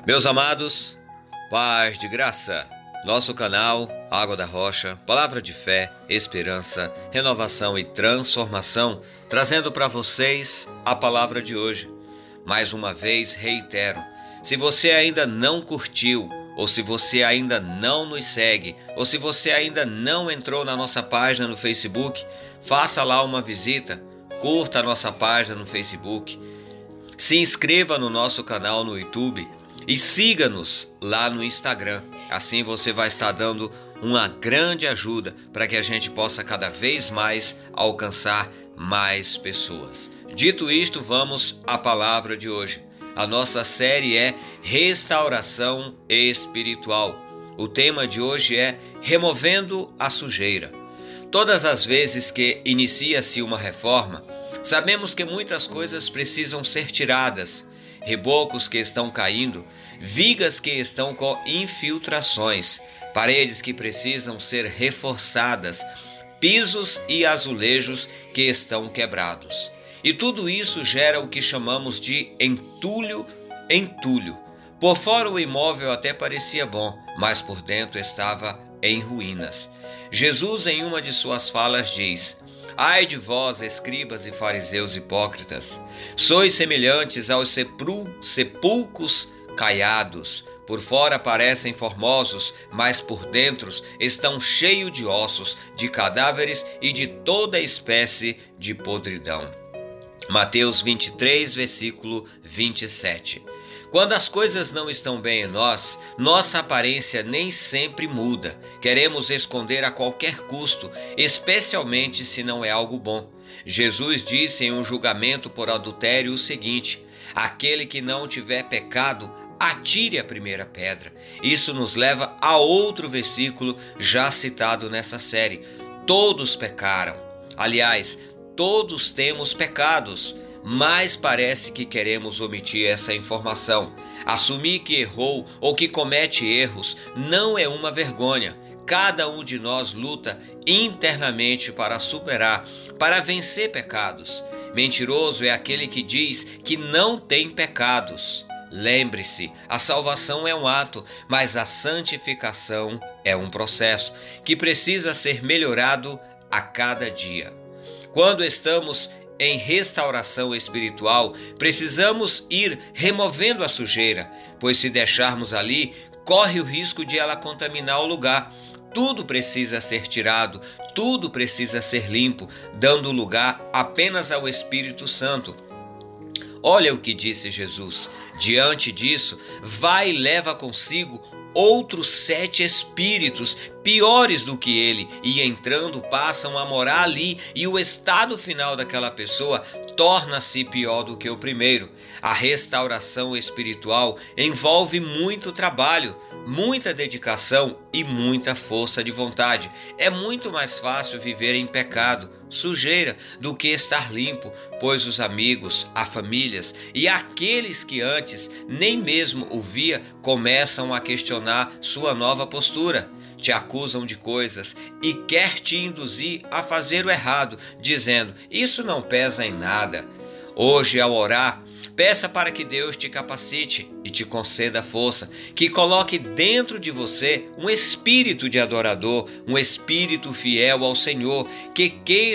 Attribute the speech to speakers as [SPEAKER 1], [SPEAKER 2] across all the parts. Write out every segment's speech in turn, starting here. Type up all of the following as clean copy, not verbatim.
[SPEAKER 1] Meus amados, paz de graça, nosso canal Água da Rocha, palavra de fé, esperança, renovação e transformação, trazendo para vocês a palavra de hoje. Mais uma vez reitero, se você ainda não curtiu, ou se você ainda não nos segue, ou se você ainda não entrou na nossa página no Facebook, faça lá uma visita, curta a nossa página no Facebook, se inscreva no nosso canal no YouTube e siga-nos lá no Instagram. Assim você vai estar dando uma grande ajuda para que a gente possa cada vez mais alcançar mais pessoas. Dito isto, vamos à palavra de hoje. A nossa série é Restauração Espiritual. O tema de hoje é Removendo a Sujeira. Todas as vezes que inicia-se uma reforma, sabemos que muitas coisas precisam ser tiradas. Rebocos que estão caindo, vigas que estão com infiltrações, paredes que precisam ser reforçadas, pisos e azulejos que estão quebrados. E tudo isso gera o que chamamos de entulho. Por fora o imóvel até parecia bom, mas por dentro estava em ruínas. Jesus, em uma de suas falas, diz: Ai de vós, escribas e fariseus hipócritas, sois semelhantes aos sepulcros caiados. Por fora parecem formosos, mas por dentro estão cheios de ossos, de cadáveres e de toda espécie de podridão. Mateus 23, versículo 27. Quando as coisas não estão bem em nós, nossa aparência nem sempre muda. Queremos esconder a qualquer custo, especialmente se não é algo bom. Jesus disse em um julgamento por adultério o seguinte: aquele que não tiver pecado, atire a primeira pedra. Isso nos leva a outro versículo já citado nessa série. Todos pecaram. Aliás, todos temos pecados. Mas parece que queremos omitir essa informação. Assumir que errou ou que comete erros não é uma vergonha. Cada um de nós luta internamente para superar, para vencer pecados. Mentiroso é aquele que diz que não tem pecados. Lembre-se, a salvação é um ato, mas a santificação é um processo que precisa ser melhorado a cada dia. Quando estamos em restauração espiritual, precisamos ir removendo a sujeira, pois se deixarmos ali, corre o risco de ela contaminar o lugar. Tudo precisa ser tirado, tudo precisa ser limpo, dando lugar apenas ao Espírito Santo. Olha o que disse Jesus. Diante disso, vai e leva consigo outros 7 espíritos piores do que ele, e entrando passam a morar ali, e o estado final daquela pessoa torna-se pior do que o primeiro. A restauração espiritual envolve muito trabalho, muita dedicação e muita força de vontade. É muito mais fácil viver em pecado, sujeira, do que estar limpo, pois os amigos, as famílias e aqueles que antes nem mesmo o via começam a questionar sua nova postura. Te acusam de coisas e quer te induzir a fazer o errado, dizendo: isso não pesa em nada. Hoje, ao orar, peça para que Deus te capacite e te conceda força, que coloque dentro de você um espírito de adorador, um espírito fiel ao Senhor, que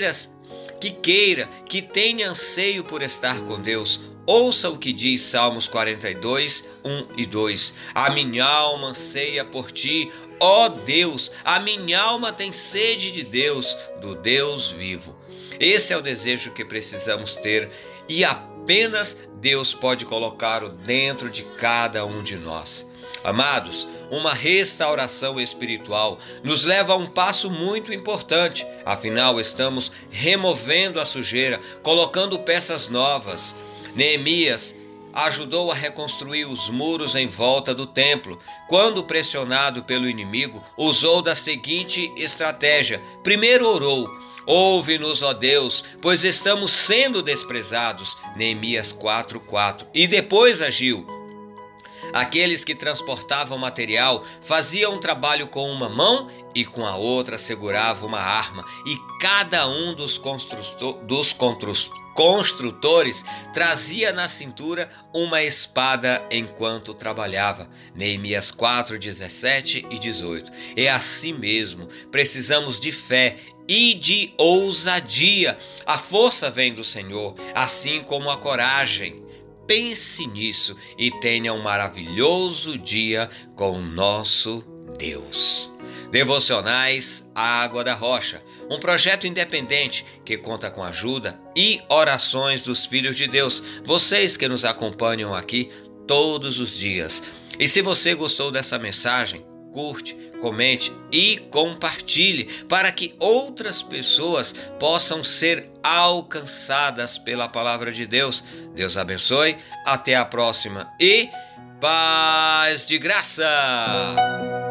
[SPEAKER 1] tenha anseio por estar com Deus. Ouça o que diz Salmos 42, 1 e 2. A minha alma anseia por ti, ó Deus, a minha alma tem sede de Deus, do Deus vivo. Esse é o desejo que precisamos ter, e apenas Deus pode colocá-lo dentro de cada um de nós. Amados, uma restauração espiritual nos leva a um passo muito importante. Afinal, estamos removendo a sujeira, colocando peças novas. Neemias ajudou a reconstruir os muros em volta do templo. Quando pressionado pelo inimigo, usou da seguinte estratégia: primeiro orou: ouve-nos, ó Deus, pois estamos sendo desprezados. Neemias 4:4. E depois agiu. Aqueles que transportavam material faziam um trabalho com uma mão e com a outra segurava uma arma, e cada um dos construtores, trazia na cintura uma espada enquanto trabalhava. Neemias 4, 17 e 18. É assim mesmo, precisamos de fé e de ousadia. A força vem do Senhor, assim como a coragem. Pense nisso e tenha um maravilhoso dia com o nosso Deus. Devocionais Água da Rocha, um projeto independente que conta com a ajuda e orações dos filhos de Deus, vocês que nos acompanham aqui todos os dias. E se você gostou dessa mensagem, curte, comente e compartilhe para que outras pessoas possam ser alcançadas pela palavra de Deus. Deus abençoe, até a próxima e paz de graça!